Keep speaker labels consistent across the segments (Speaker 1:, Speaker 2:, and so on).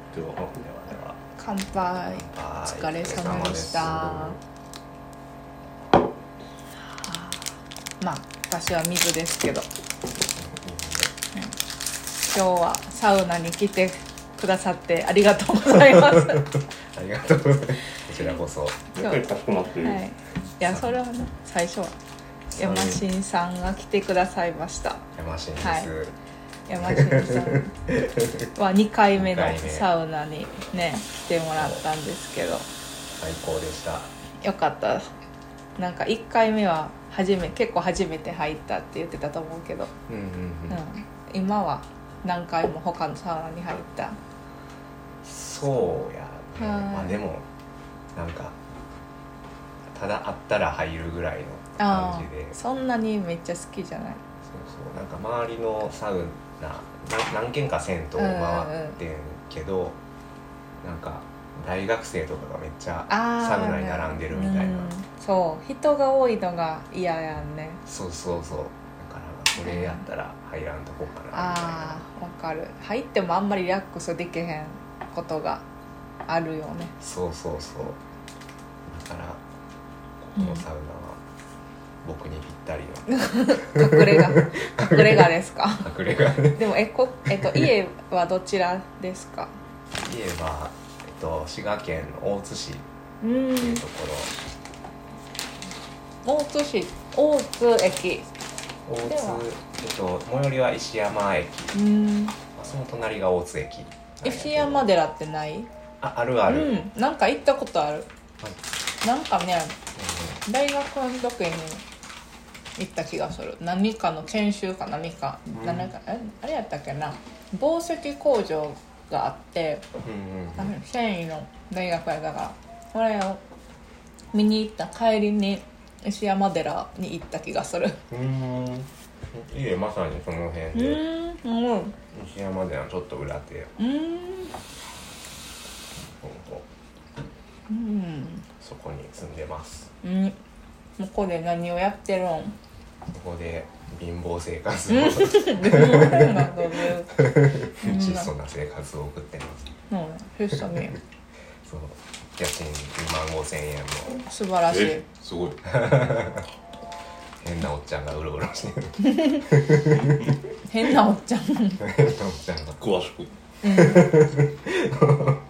Speaker 1: では
Speaker 2: 乾杯。お疲れ様でした。まあ私は水ですけど、今日はサウナに来てくださってありがとうございます
Speaker 3: ありがとうございます。こちらこそ。
Speaker 1: やっぱりかしこまってる。
Speaker 2: はい、いやそれはね、最初は山新さんが来てくださいました。
Speaker 3: 山新です、
Speaker 2: はい、山新さんは2回目のサウナにね来てもらったんですけど、
Speaker 3: 最高でした。
Speaker 2: よかった。なんか1回目は結構初めて入ったって言ってたと思うけど、今は何回も他のサウナに入った。
Speaker 3: そうやね。まあでもなんかただあったら入るぐらいの感じで、
Speaker 2: そんなにめっちゃ好きじゃない。
Speaker 3: そうなんか周りのサウナ何軒か銭湯回ってんけど、なんか大学生とかがめっちゃサウナに並んでるみたいな、
Speaker 2: そう人が多いのが嫌やんね。
Speaker 3: そうだからそれやったら入らんとこかなみたいな。
Speaker 2: わかる。入ってもあんまりリラックスできへんことがあるよね。
Speaker 3: そうだからこのサウナは僕にぴったりの
Speaker 2: 隠れ家ですか？
Speaker 3: 隠れ家
Speaker 2: でも家はどちらですか？
Speaker 3: 家は、滋賀県の大津市っていうところ。
Speaker 2: 大津駅。
Speaker 3: 大津、最寄りは石山駅。その隣が大津駅。
Speaker 2: 石山寺ってない？
Speaker 3: あるある、
Speaker 2: なんか行ったことある、なんかね、大学の時に行った気がする。何かの研修か何か、あれやったっけな、紡績工場があって、繊維の大学やだからこれを見に行った帰りに石山寺に行った気がする。
Speaker 3: 家まさにその辺で、石山寺のちょっと裏手。そこに住んでます。
Speaker 2: ここで何をやってるん？
Speaker 3: ここで貧乏生活を質素な生活を送ってます。
Speaker 2: 質素に
Speaker 3: そう家賃25,000円の
Speaker 2: 素晴らしい。
Speaker 1: すごい
Speaker 3: 変なおっちゃんがうろうろしてる
Speaker 2: 変なおっちゃん
Speaker 3: 変なおっちゃんが
Speaker 1: 詳しく
Speaker 3: なんか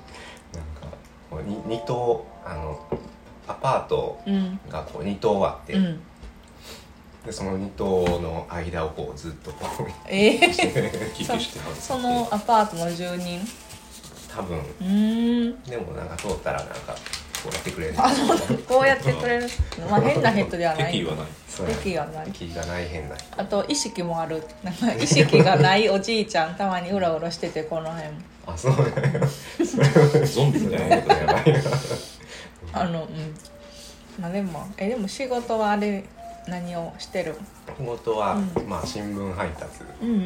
Speaker 3: 2棟アパートがこう2棟あって、でその2棟の間をこうずっとこう
Speaker 1: 行き来してはる。
Speaker 2: そのアパートの住人
Speaker 3: 多分でもなんか通ったらなんかこうやってくれる。
Speaker 2: こうやってくれる。まあ変な人ではない。
Speaker 1: 敵はない。
Speaker 3: 敵がない変な人。
Speaker 2: あと意識もある。なんか意識がないおじいちゃんたまにうろうろしてて、この辺。
Speaker 3: あ、そうだよ。
Speaker 1: ゾンビみたいなことやばい。
Speaker 2: まあでも仕事は何をしてる？
Speaker 3: 仕事は、まあ新聞配達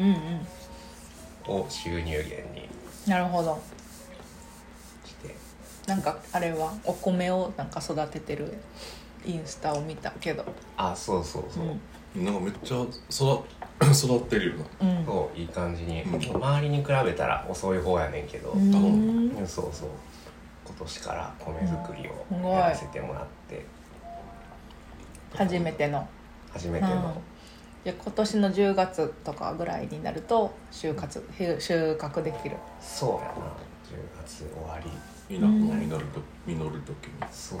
Speaker 3: を収入源に。
Speaker 2: なるほど。
Speaker 3: して。
Speaker 2: なんかあれはお米をなんか育ててるインスタを見たけど。
Speaker 3: あ、そう、
Speaker 1: なんかめっちゃ育ってるよな。
Speaker 3: そういい感じに、周りに比べたら遅い方やねんけど、そう今年から米作りをやらせてもらって、
Speaker 2: 初めての。今年の10月とかぐらいになると収穫できる。
Speaker 3: そうやな、10月終わり
Speaker 1: 実る時に。
Speaker 3: そう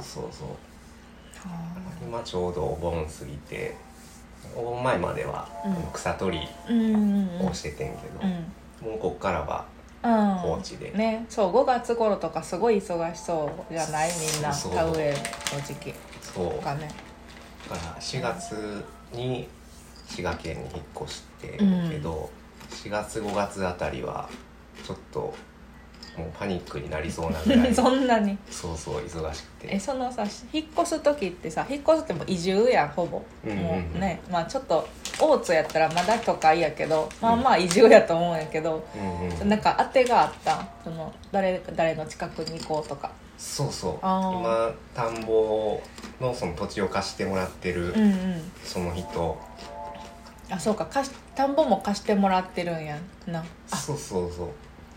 Speaker 3: 今ちょうどお盆過ぎて、お盆前までは草取りをしててんけど、もうこっからは放置で、
Speaker 2: ね、そう5月頃とかすごい忙しそうじゃない？みんな田植えの時期とかね。
Speaker 3: だから4月に滋賀県に引っ越してけど、4月5月あたりはちょっともうパニックになりそうなぐらい
Speaker 2: そんなに
Speaker 3: 忙しくて。
Speaker 2: そのさ、引っ越す時ってさ、引っ越すっても移住やんほぼ、もうね、まあちょっと大津やったらまだ都会やけど、まあ移住やと思うんやけど、なんか当てがあった？その誰の近くに行こうとか。
Speaker 3: そう今田んぼのその土地を貸してもらってる、その人。
Speaker 2: あ、そうか、田んぼも貸してもらってるんやな。
Speaker 3: そう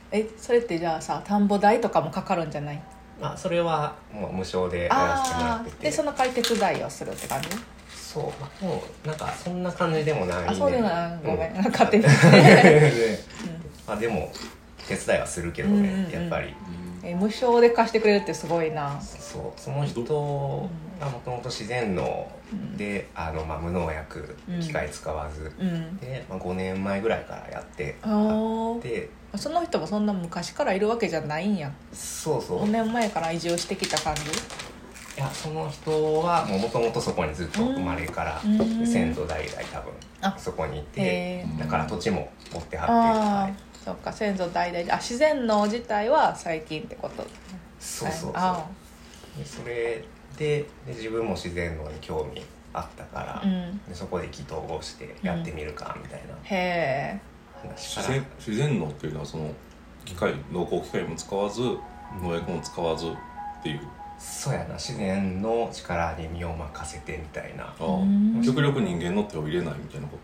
Speaker 2: それってじゃあさ田んぼ代とかもかかるんじゃない？
Speaker 3: まあそれはもう無償でやらせてもらってて、
Speaker 2: でその代わり手伝いをするって感じ？
Speaker 3: そう、まあ、もうなんかそんな感じでもないんで、
Speaker 2: そうでもないごめん、
Speaker 3: うん
Speaker 2: 勝手に
Speaker 3: まあでも手伝いはするけどね、やっぱり
Speaker 2: 無償で貸してくれるってすごいな。
Speaker 3: そうその人がもともと自然農で、まあ、無農薬機械使わず、で、まあ、5年前ぐらいからやってで
Speaker 2: その人もそんな昔からいるわけじゃないんや。
Speaker 3: そうそう、
Speaker 2: 5年前から移住してきた感じ？
Speaker 3: いやその人はもともとそこにずっと生まれから先祖代々多分そこにいて、だから土地も持ってはって、
Speaker 2: そっか先祖代々自然農自体は最近ってこと？
Speaker 3: そうそうそうでそれで自分も自然農に興味あったから、でそこで意気投合してやってみるかみたいな話から、
Speaker 1: 自然農っていうのはその農耕機械も使わず農薬も使わずっていう。
Speaker 3: そうやな、自然の力に身を任せてみたいな。
Speaker 1: 極力人間の手を入れないみたいなこと？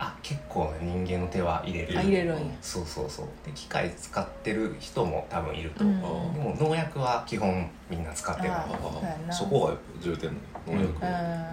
Speaker 3: 結構人間の手は入れる。
Speaker 2: 入れるんや。
Speaker 3: そうそうそう。で機械使ってる人も多分いると思う。でも農薬は基本みんな使ってない。
Speaker 1: そこが重点の農薬。
Speaker 3: やと思う。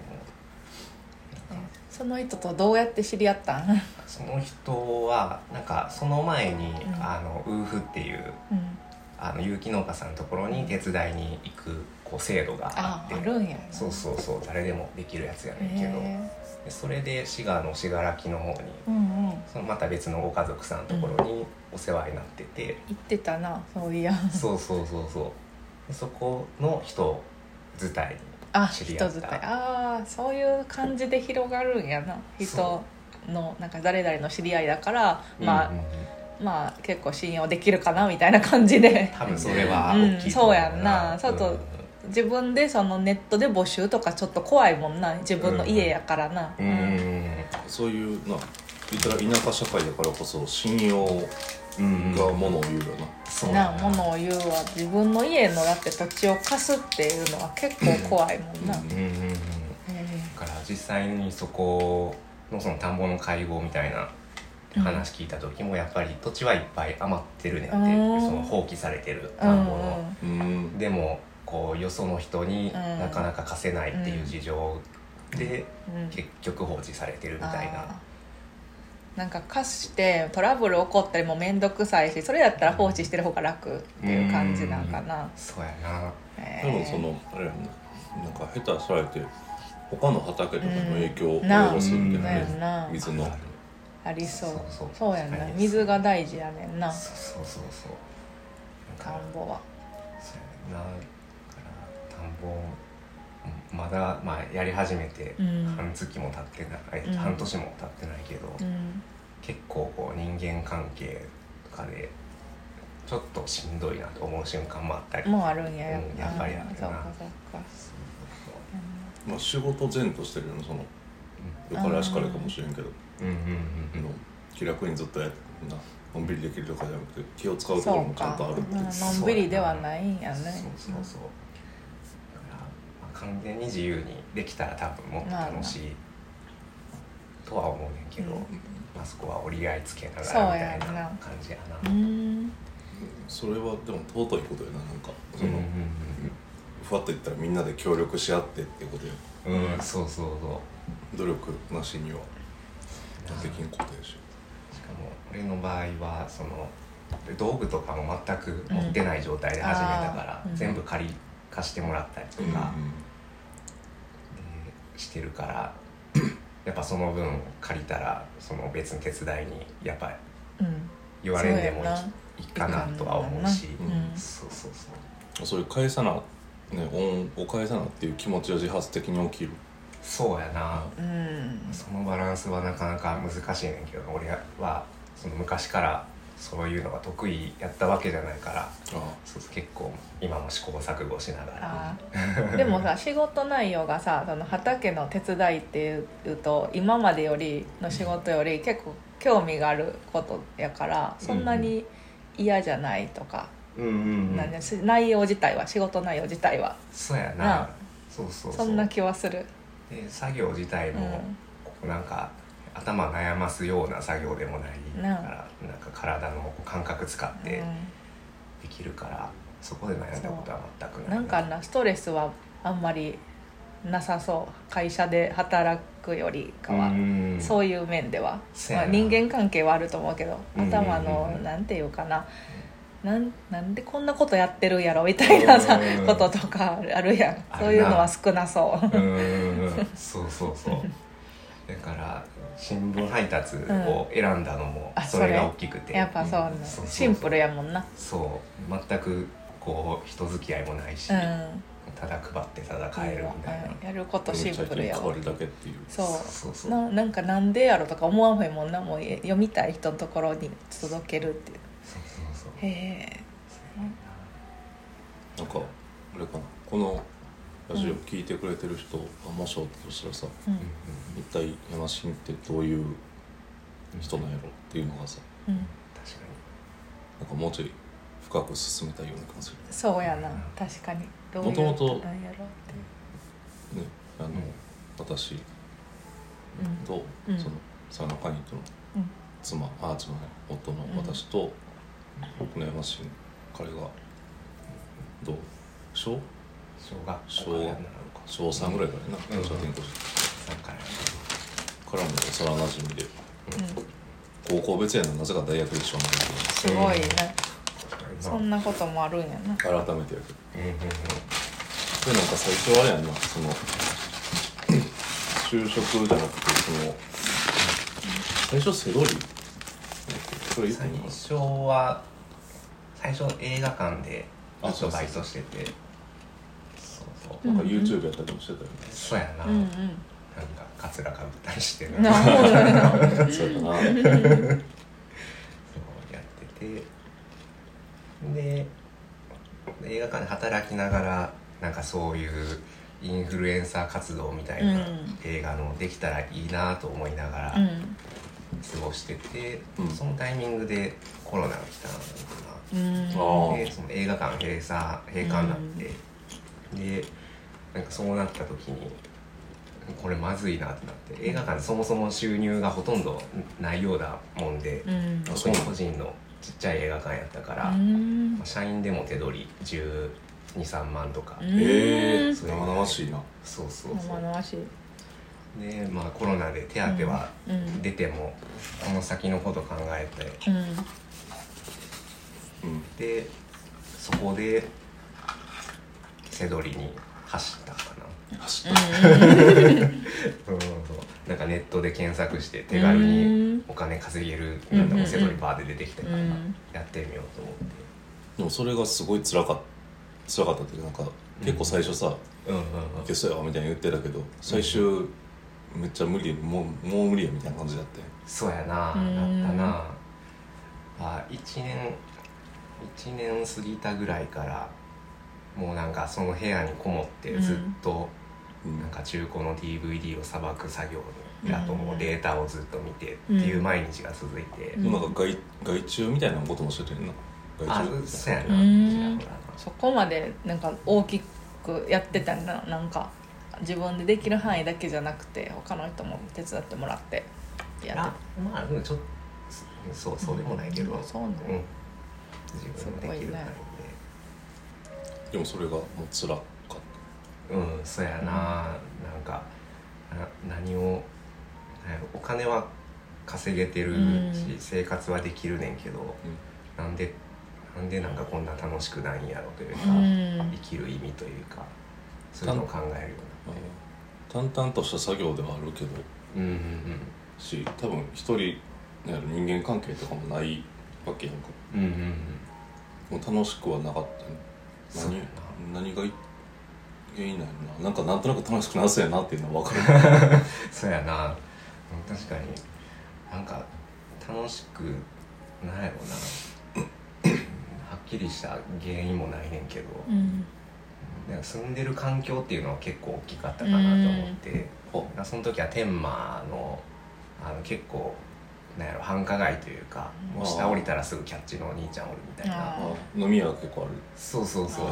Speaker 2: その人とどうやって知り合ったん？
Speaker 3: その人はなんかその前にウーフっていう有機農家さんのところに手伝いに行く制度があって、
Speaker 2: あるんや。
Speaker 3: そうそうそう、誰でもできるやつやねんけど、でそれで滋賀の信楽の方に、そのまた別のご家族さんのところにお世話になってて、
Speaker 2: 行ってたな、そういや。
Speaker 3: そうそうそうそうでそこの人伝いに知り合った。
Speaker 2: 人伝い、そういう感じで広がるんやな。人のなんか誰々の知り合いだから、まあ結構信用できるかなみたいな感じで、
Speaker 3: 多分それは大きいと思うな。
Speaker 2: そうやんな。ちょっと自分でそのネットで募集とかちょっと怖いもんな、自分の家やからな。
Speaker 1: そういうな、言ったら田舎社会だからこそ信用がものを言うよな。
Speaker 3: そう
Speaker 2: な、ものを言うわ。自分の家のだって土地を貸すっていうのは結構怖いもんな。だ
Speaker 3: から実際にそこのその田んぼの会合みたいな話聞いた時もやっぱり土地はいっぱい余ってるねって、その放棄されてる田んぼの、でもこうよその人になかなか貸せないっていう事情で結局放置されてるみたいな。
Speaker 2: なんか貸してトラブル起こったりも面倒くさいし、それだったら放置してる方が楽っていう感じなんかな。
Speaker 3: そうやな。
Speaker 1: でもそのあれやな、なんか下手されて他の畑とかの影響を及ぼすみたいな、水の
Speaker 2: ありそう。そうやな、水が大事やねんな。
Speaker 3: そう
Speaker 2: 田んぼは
Speaker 3: そうやな。だから田んぼまだ、まあ、やり始めて半月も経ってない、半年も経ってないけど、結構こう人間関係とかでちょっとしんどいなと思う瞬間もあったり
Speaker 2: もうあるんや。
Speaker 3: やっぱりあるな。
Speaker 2: そうか。
Speaker 1: まあ仕事前としてるような、そのよからしかれかもしれんけど、気楽にずっとやってな、のんびりできるとかじゃなくて気を使うところもちゃんとあるって。
Speaker 2: のんびりではないんやね。
Speaker 3: そうだから完全に自由にできたら多分もっと楽しいとは思うねんけど、まあそこは折り合いつけながらみたいな感じやな。
Speaker 1: それはでも尊いことやな。なんかそのふわっと言ったらみんなで協力し合ってってことや。
Speaker 3: そう
Speaker 1: 努力なしにはできんことやし。
Speaker 3: しかも俺の場合はその道具とかも全く持ってない状態で始めたから、全部貸してもらったりとかしてるから、やっぱその分借りたらその別に手伝いにやっぱ言われんでもいいかなとは思うし、
Speaker 1: そういう返さなね、恩を返さなっていう気持ちは自発的に起きる。
Speaker 3: そうやな。そのバランスはなかなか難しいねんけど、俺はその昔からそういうのが得意やったわけじゃないから、結構今も試行錯誤しながら。
Speaker 2: でもさ、仕事内容がさ、その畑の手伝いっていうと今までよりの仕事より結構興味があることやから、そんなに嫌じゃないとか、内容自体は、仕事内容自体は
Speaker 3: そうやな。
Speaker 2: そんな気はする。
Speaker 3: で作業自体もなんか頭悩ますような作業でもないから、
Speaker 2: な
Speaker 3: なんか体の感覚使ってできるから、そこで悩んだことは全くない。
Speaker 2: なんかな、ストレスはあんまりなさそう、会社で働くよりかは。そういう面では、まあ、人間関係はあると思うけど、頭のなんていうかな、なんでこんなことやってるんやろみたいなさこととかあるやん。そういうのは少なそう。
Speaker 3: そうそうそうだから新聞配達を選んだのもそれが大きくて、
Speaker 2: やっぱそうね、シンプルやもんな。
Speaker 3: そう全くこう人付き合いもないし、ただ配ってただ帰るみたいな、
Speaker 2: やることシンプルやわ。
Speaker 1: 変わるだけっていう。
Speaker 2: そうなんかなんでやろとか思わんへんもんな。もう読みたい人のところに届けるっていう。へえ。
Speaker 1: なんかあれかな、このラジオ聞いてくれてる人がもしおったとしたらさ、一体山新ってどういう人なんやろっていうのがさ、
Speaker 3: 確かに
Speaker 1: なんかもうちょい深く進めたいような気がする。
Speaker 2: そうやな、確かに。どういう人なんやろってね、
Speaker 1: 私と、そのサウナ会員との妻、夫の私と、僕の山新、彼がどう小3ぐらいからな、私は転校してからも幼なじみで、高校別やのなぜか大学一緒になる。
Speaker 2: すごいね、そんなこともあるんやな。
Speaker 1: 改めてやけど、でなんか最初あれやんな、その就職じゃなくて、その最初背取り、
Speaker 3: 最初映画館でずっとバイトしてて、
Speaker 1: なんか YouTube やったりもしてたよね。
Speaker 3: そうやな、なんかカツラかぶったりしてる。
Speaker 1: そうやな。そう
Speaker 3: やってて、で映画館で働きながらなんかそういうインフルエンサー活動みたいな映画のできたらいいなと思いながら過ごしてて、そのタイミングでコロナが来たのかな。でその映画館閉館になって、でなんかそうなった時にこれまずいなってなって、映画館でそもそも収入がほとんどないようなもんで、個人のちっちゃい映画館やったから、社員でも手取り12、3万とか。
Speaker 1: 生々しいな。
Speaker 3: そう
Speaker 2: 生々しい。
Speaker 3: でまあコロナで手当は出てもこの先のこと考えて、でそこで背取りに走ったかな。なんかネットで検索して手軽にお金稼げるなんだ背取りバーで出てきたからやってみようと思って。
Speaker 1: でもそれがすごい辛かったっていうか、なんか結構最初さ「いけそうやわ」みたいに言ってたけど、最終めっちゃ無理、もう無理やみたいな感じだって。
Speaker 3: そうやな、なったな。1年過ぎたぐらいからもうなんかその部屋にこもってずっとなんか中古の DVD をさばく作業やと、もうデータをずっと見てっていう毎日が続いて、
Speaker 1: なんか外注みたいなこともしてるの。
Speaker 3: そうやな。
Speaker 2: そこまでなんか大きくやってたんだ。なんか自分でできる範囲だけじゃなくて他の人も手伝ってもらってやって
Speaker 3: まあちょっとそうでもないけど、
Speaker 2: そうね、
Speaker 3: 自分でできる範囲
Speaker 1: で。でもそれがもう辛かった。
Speaker 3: そうやな。なんか何をお金は稼げてるし、生活はできるねんけど、なんでなんかこんな楽しくないんやろというか、生きる意味というか、そういうのを考えるようになって。
Speaker 1: 淡々とした作業ではあるけど、し多分一人人間関係とかもないわけやんか。もう楽しくはなかったね。何が原因なんやろな。なんとなく楽しくなそうやなっていうのは分かる。
Speaker 3: そうやな。確かになんか楽しくなんやろな。はっきりした原因もないねんけど、住んでる環境っていうのは結構大きかったかなと思って、その時は天満の結構なんやろ繁華街というか、もう下降りたらすぐキャッチのお兄ちゃんおるみたいな。
Speaker 1: 飲み屋が結構ある。
Speaker 3: そう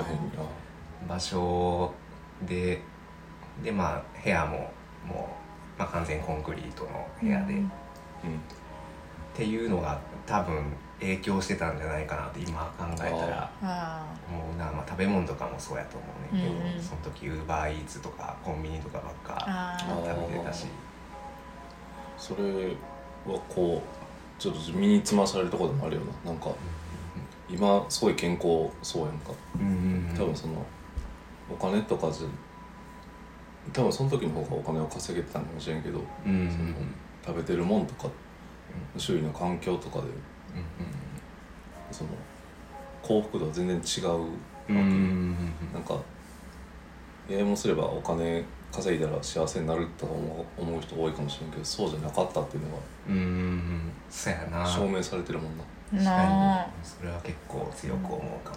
Speaker 3: 場所でまあ部屋ももまあ、完全コンクリートの部屋で、っていうのが多分影響してたんじゃないかなって今考えたら思うな。まあ、食べ物とかもそうやと思うねんけど、その時UberEatsとかコンビニとかばっか食べてたし、
Speaker 1: それはこうちょっと身につまされるところでもあるよな。なんか、今すごい健康そうやんか、多分そのお金とかじゃ多分その時の方がお金を稼げてたんかもしれんけど、その食べてるもんとか、周囲の環境とかで、その幸福度は全然違うわけ、なんかややもすればお金稼いだら幸せになると思う人多いかもしれんけど、そうじゃなかったっていうのが
Speaker 3: そうやな、
Speaker 1: 証明されてるもんな。
Speaker 3: 確かにそれは結構強く思うかもな。なんか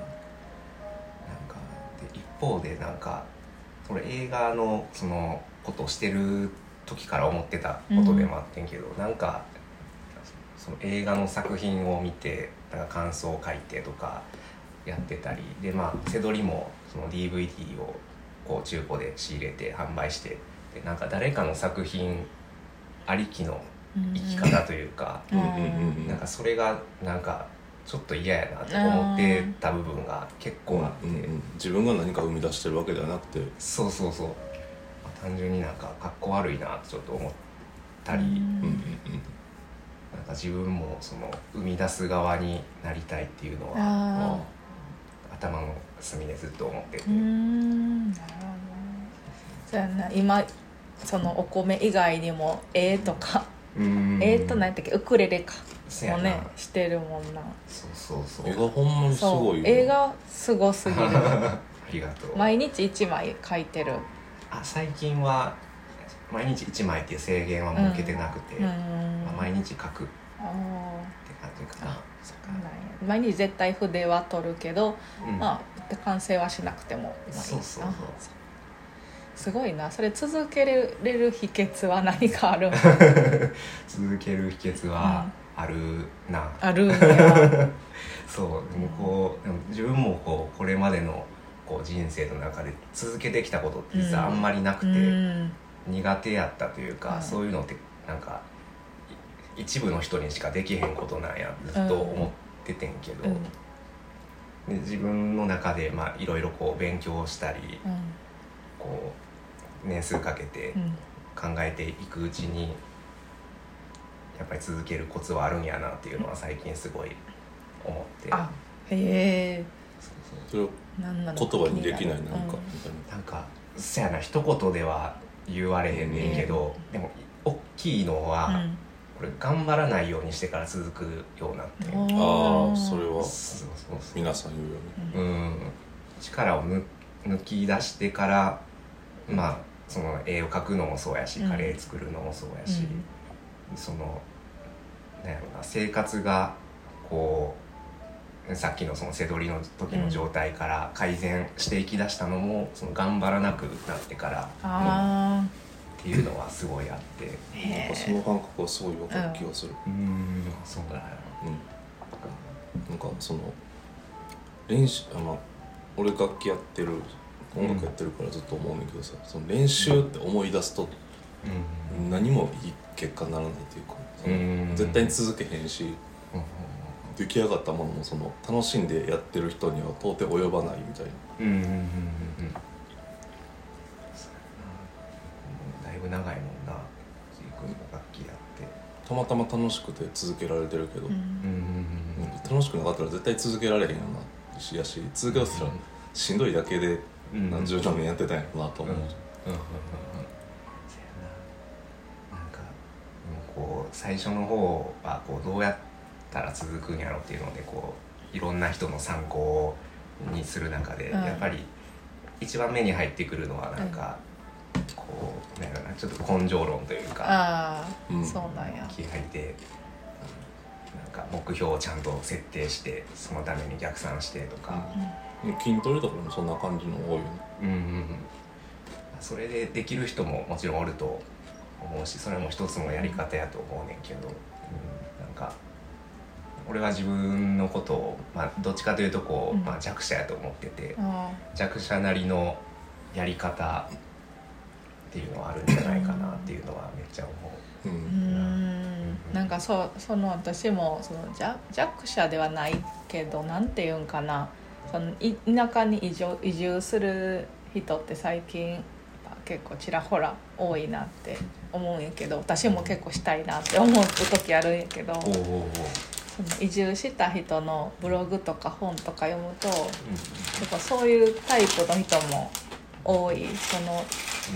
Speaker 3: で一方でなんかそれ映画のそのことをしてる時から思ってたことでもあってんけど、なんかその映画の作品を見てなんか感想を書いてとかやってたりで、まあ瀬取りもその DVD をこう中古で仕入れて販売して、でなんか誰かの作品ありきの生き方というか、なんかそれがなんかちょっと嫌やなって思ってた部分が結構あって、
Speaker 1: 自分が何か生み出してるわけではなくて、
Speaker 3: そうそうそう、単純になんかかっこ悪いなってちょっと思ったり、なんか自分もその生み出す側になりたいっていうのは頭の隅でずっと思ってて、
Speaker 2: なるほど。そうやな、今そのお米以外にも絵とか何やったっけ、ウクレレかもねしてるもんな。
Speaker 3: そう
Speaker 1: 絵がほんまにすごいよ、
Speaker 2: 絵がすごすぎる
Speaker 3: ありがとう。
Speaker 2: 毎日1枚描いてる。
Speaker 3: 最近は毎日1枚っていう制限は設けてなくて、毎日描くって感じかな。
Speaker 2: 毎日絶対筆は取るけど、まあ完成はしなくてもいい。
Speaker 3: そう
Speaker 2: すごいな。それ続けれる秘訣は何かある？
Speaker 3: 続ける秘訣はあるな。
Speaker 2: あるんや。
Speaker 3: そう、でもこう、でも自分もこれまでのこう人生の中で続けてきたことって実はあんまりなくて、苦手やったというか、そういうのってなんか一部の人にしかできへんことなんやずっと思っててんけど、で自分の中でまあいろいろこう勉強したり、こう年数かけて考えていくうちにやっぱり続けるコツはあるんやなっていうのは最近すごい思って。
Speaker 1: それを言葉にできない、
Speaker 3: なんかそやな、一言では言われへんねんけど、でも大きいのは、これ頑張らないようにしてから続くようになって、
Speaker 1: それは皆さん言うよね。
Speaker 3: 力を抜き出してから、まあその絵を描くのもそうやし、カレー作るのもそうやし、そのなんやろな、生活がこうさっきのその背取りの時の状態から改善していきだしたのも、その頑張らなくなってからっていうのはすごいあって、
Speaker 1: なんかその感覚はすごい分かる気がする。
Speaker 3: そうだよ。
Speaker 1: なんかその練習、俺楽器やってる、音楽やってるからずっと思うんだけどさ、その練習って思い出すと何もいい結果にならないというか、絶対に続けへんし、出来上がったものもその楽しんでやってる人には到底及ばないみたいな。
Speaker 3: だいぶ長いもんな、ジー君も楽器やって。
Speaker 1: たまたま楽しくて続けられてるけど、楽しくなかったら絶対続けられへんよなしやし、続けようとしたらしんどいだけで何十何年やってたんやろなと思う。
Speaker 3: なんかこう最初の方はこうどうやったら続くんやろっていうので、こういろんな人の参考にする中で、やっぱり一番目に入ってくるのはなんか、こうなんやろな、ちょっと根性論というか、
Speaker 2: そうなんや。
Speaker 3: 気合いで、なんか目標をちゃんと設定してそのために逆算してとか、
Speaker 1: 筋トレとかもそんな感じの多いよね。
Speaker 3: それでできる人ももちろんおると思うし、それも一つのやり方やと思うねんけど、なんか俺は自分のことを、どっちかというとこう、弱者やと思ってて、弱者なりのやり方っていうのはあるんじゃないかなっていうのはめっちゃ思う。
Speaker 2: なんかその私もその弱者ではないけどなんていうんかな、その田舎に移住する人って最近結構ちらほら多いなって思うんやけど、私も結構したいなって思う時あるんやけど、その移住した人のブログとか本とか読むと、結構そういうタイプの人も多い。その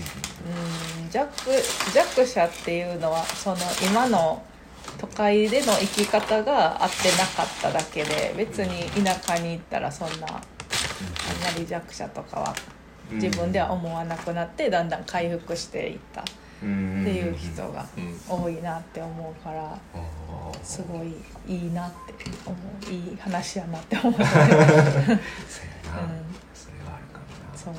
Speaker 2: 弱者っていうのはその今の都会での生き方が合ってなかっただけで、別に田舎に行ったらそんなあんまり弱者とかは自分では思わなくなってだんだん回復していったっていう人が多いなって思うから、すごいいいなって思う、いい話やなって思う。そうやな、
Speaker 3: それはあるかもな。
Speaker 2: そう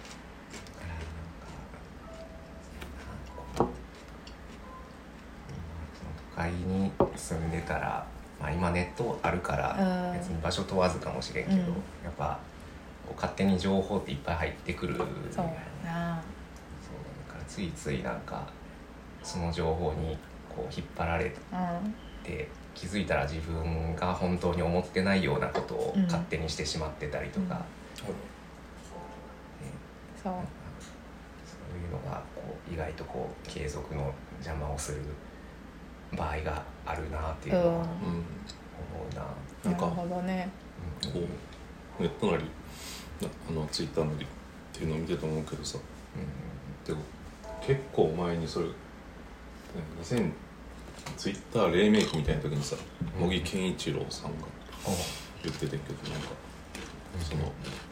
Speaker 3: 都会に住んでたら、今ネットあるから別に場所問わずかもしれんけど、やっぱ勝手に情報っていっぱい入ってくる。
Speaker 2: そうやな。
Speaker 3: そうだからついついなんかその情報にこう引っ張られて、気づいたら自分が本当に思ってないようなことを勝手にしてしまってたりとか、そういうのがこう意外とこう継続の邪魔をする場合があるなっていうのは思うな。
Speaker 2: なるほどね。
Speaker 1: こうネットなりツイッターなりっていうのを見てて思うけどさ、でも結構前にそれ2000ツイッター黎明期みたいな時にさ、茂木健一郎さんが言っててんけど、なんかその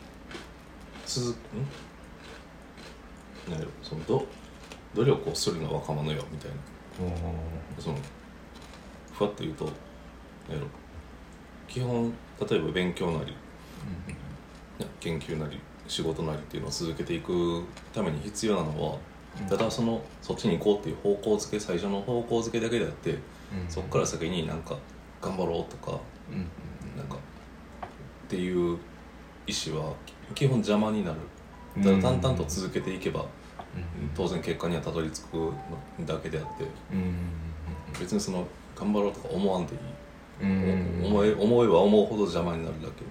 Speaker 1: なんやろ、その努力をするのは若者よみたいな、そのふわっと言うと、なんやろ、基本例えば勉強なり、研究なり仕事なりっていうのを続けていくために必要なのは、ただそっちに行こうっていう方向づけ、最初の方向づけだけであって、そこから先になんか頑張ろうとか、なんかっていう意思は基本邪魔になる。ただ淡々と続けていけば、当然結果にはたどり着くだけであって、別にその頑張ろうとか思わんでいい。思えば思うほど邪魔になるだけ。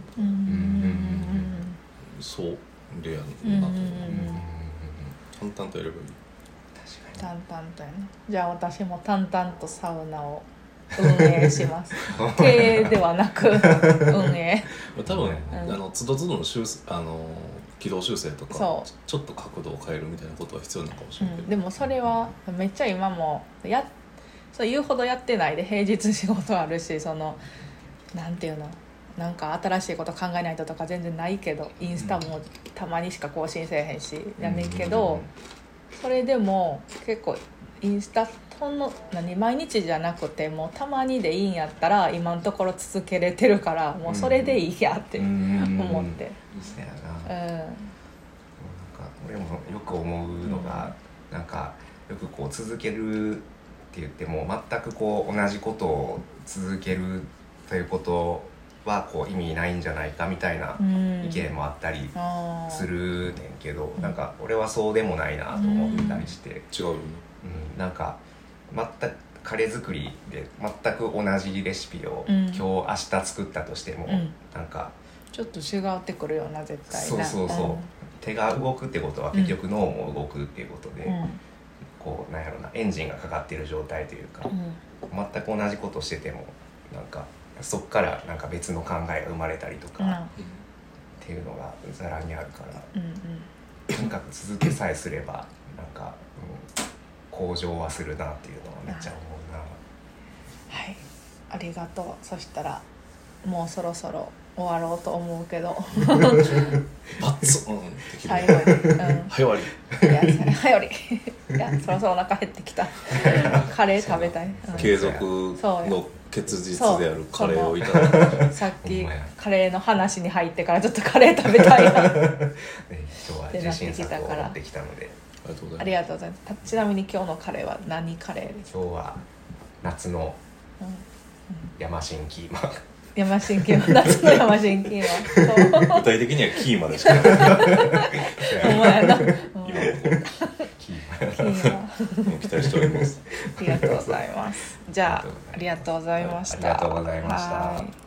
Speaker 1: そうレアなと思う。淡々とやればいい。
Speaker 2: 確かに淡々とやね。じゃあ私も淡々とサウナを運営します。経営ではなく運営。
Speaker 1: 多分つどつどの軌道修正とかちょっと角度を変えるみたいなことは必要なのかもしれないけど、
Speaker 2: でもそれはめっちゃ今もそう言うほどやってないで、平日仕事あるし、そのなんていうの、なんか新しいこと考えないととか全然ないけど、インスタもたまにしか更新せえへんしやねんけど、それでも結構インスタ毎日じゃなくてもうたまにでいいんやったら今のところ続けれてるから、もうそれでいいやって思って。
Speaker 3: そうやな。なんか俺もよく思うのが、なんかよくこう続けるって言っても全くこう同じことを続けるということはこう意味ないんじゃないかみたいな意見もあったりするねんけど、なんか俺はそうでもないなと思ったりして、
Speaker 1: 違うよね。
Speaker 3: なんか全くカレー作りで全く同じレシピを今日明日作ったとしても、なんか
Speaker 2: ちょっと違ってくるような、絶対な。
Speaker 3: そう、手が動くってことは結局脳も動くっていうことで、こうなんやろな、エンジンがかかってる状態というか、全く同じことしててもなんかそっからなんか別の考えが生まれたりとか、っていうのがざらにあるから、とにかく続けさえすればなんか、向上はするなっていうのはめっちゃ思うな。
Speaker 2: はい、ありがとう。そしたらもうそろそろ終わろうと思うけど
Speaker 1: バツンって切る。
Speaker 2: 早割り。いやそろそろお腹減ってきた。カレー食べたい。
Speaker 1: 継続の結実であるカレーをいただきま
Speaker 2: さっきカレーの話に入ってからちょっとカレー食べたいな
Speaker 3: 今日は自信作を持ってきたので
Speaker 2: ありがとうございます。ちなみに今日のカレーは何カレーですか？
Speaker 3: 今日は夏の山新キーマ。
Speaker 2: 山新キーマ、夏の山新キーマ。
Speaker 1: 具体的にはキーマでしかない。
Speaker 2: お前な。
Speaker 3: キーマ
Speaker 2: じゃあありがとうございました。
Speaker 3: ありがとうございました。